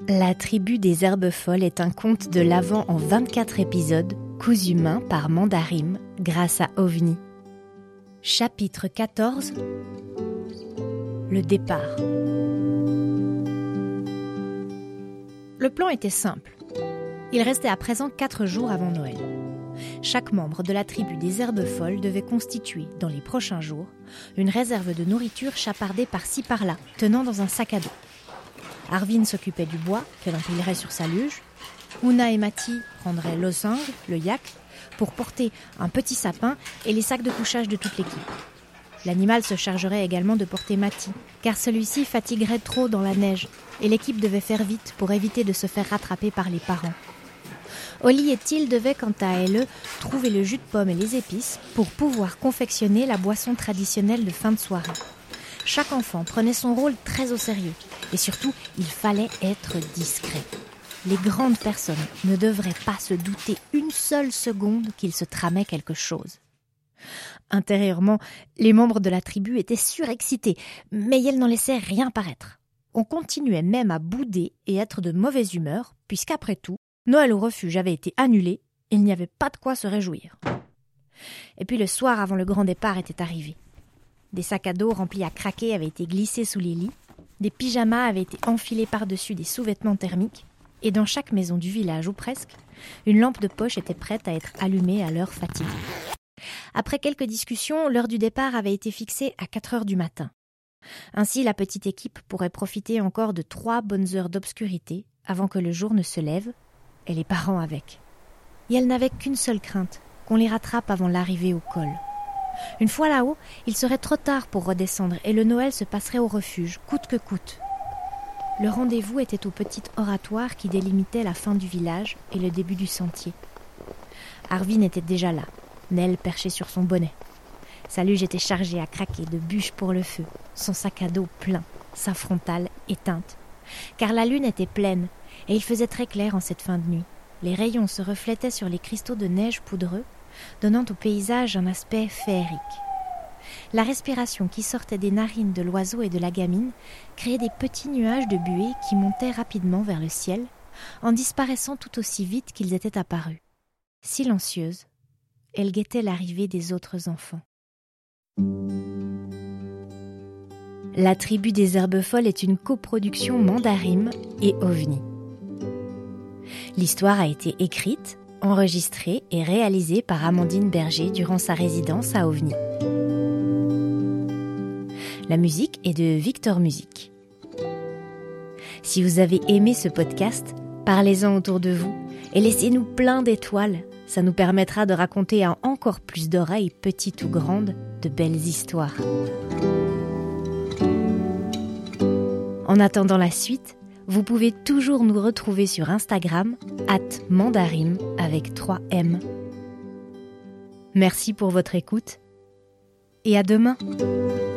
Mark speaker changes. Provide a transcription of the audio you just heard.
Speaker 1: La tribu des herbes folles est un conte de l'Avent en 24 épisodes, cousu main par Mandarim grâce à OVNI. Chapitre 14. Le départ. Le plan était simple. Il restait à présent 4 jours avant Noël. Chaque membre de la tribu des herbes folles devait constituer, dans les prochains jours, une réserve de nourriture chapardée par-ci par-là, tenant dans un sac à dos. Arvin s'occupait du bois qu'elle empilerait sur sa luge. Ouna et Mati prendraient l'osang, le yak, pour porter un petit sapin et les sacs de couchage de toute l'équipe. L'animal se chargerait également de porter Mati, car celui-ci fatiguerait trop dans la neige et l'équipe devait faire vite pour éviter de se faire rattraper par les parents. Oli et Till devaient, quant à elles, trouver le jus de pomme et les épices pour pouvoir confectionner la boisson traditionnelle de fin de soirée. Chaque enfant prenait son rôle très au sérieux et surtout, il fallait être discret. Les grandes personnes ne devraient pas se douter une seule seconde qu'il se tramait quelque chose. Intérieurement, les membres de la tribu étaient surexcités, mais ils n'en laissaient rien paraître. On continuait même à bouder et être de mauvaise humeur, puisqu'après tout, Noël au refuge avait été annulé, il n'y avait pas de quoi se réjouir. Et puis le soir avant le grand départ était arrivé. Des sacs à dos remplis à craquer avaient été glissés sous les lits, des pyjamas avaient été enfilés par-dessus des sous-vêtements thermiques, et dans chaque maison du village, ou presque, une lampe de poche était prête à être allumée à l'heure fatidique. Après quelques discussions, l'heure du départ avait été fixée à 4 heures du matin. Ainsi, la petite équipe pourrait profiter encore de 3 bonnes heures d'obscurité avant que le jour ne se lève, et les parents avec. Et elle n'avait qu'une seule crainte, qu'on les rattrape avant l'arrivée au col. Une fois là-haut, il serait trop tard pour redescendre et le Noël se passerait au refuge, coûte que coûte. Le rendez-vous était au petit oratoire qui délimitait la fin du village et le début du sentier. Arvin était déjà là, Nell perchée sur son bonnet. Sa luge était chargée à craquer de bûches pour le feu, son sac à dos plein, sa frontale éteinte. Car la lune était pleine et il faisait très clair en cette fin de nuit. Les rayons se reflétaient sur les cristaux de neige poudreux, donnant au paysage un aspect féerique. La respiration qui sortait des narines de l'oiseau et de la gamine créait des petits nuages de buée qui montaient rapidement vers le ciel, en disparaissant tout aussi vite qu'ils étaient apparus. Silencieuse, elle guettait l'arrivée des autres enfants. La tribu des herbes folles est une coproduction Mandarim et OVNI. L'histoire a été écrite, enregistrée et réalisée par Amandine Berger durant sa résidence à OVNI. La musique est de Victor Music. Si vous avez aimé ce podcast, parlez-en autour de vous et laissez-nous plein d'étoiles. Ça nous permettra de raconter à encore plus d'oreilles, petites ou grandes, de belles histoires. En attendant la suite, vous pouvez toujours nous retrouver sur Instagram @mandarim avec 3 M. Merci pour votre écoute et à demain.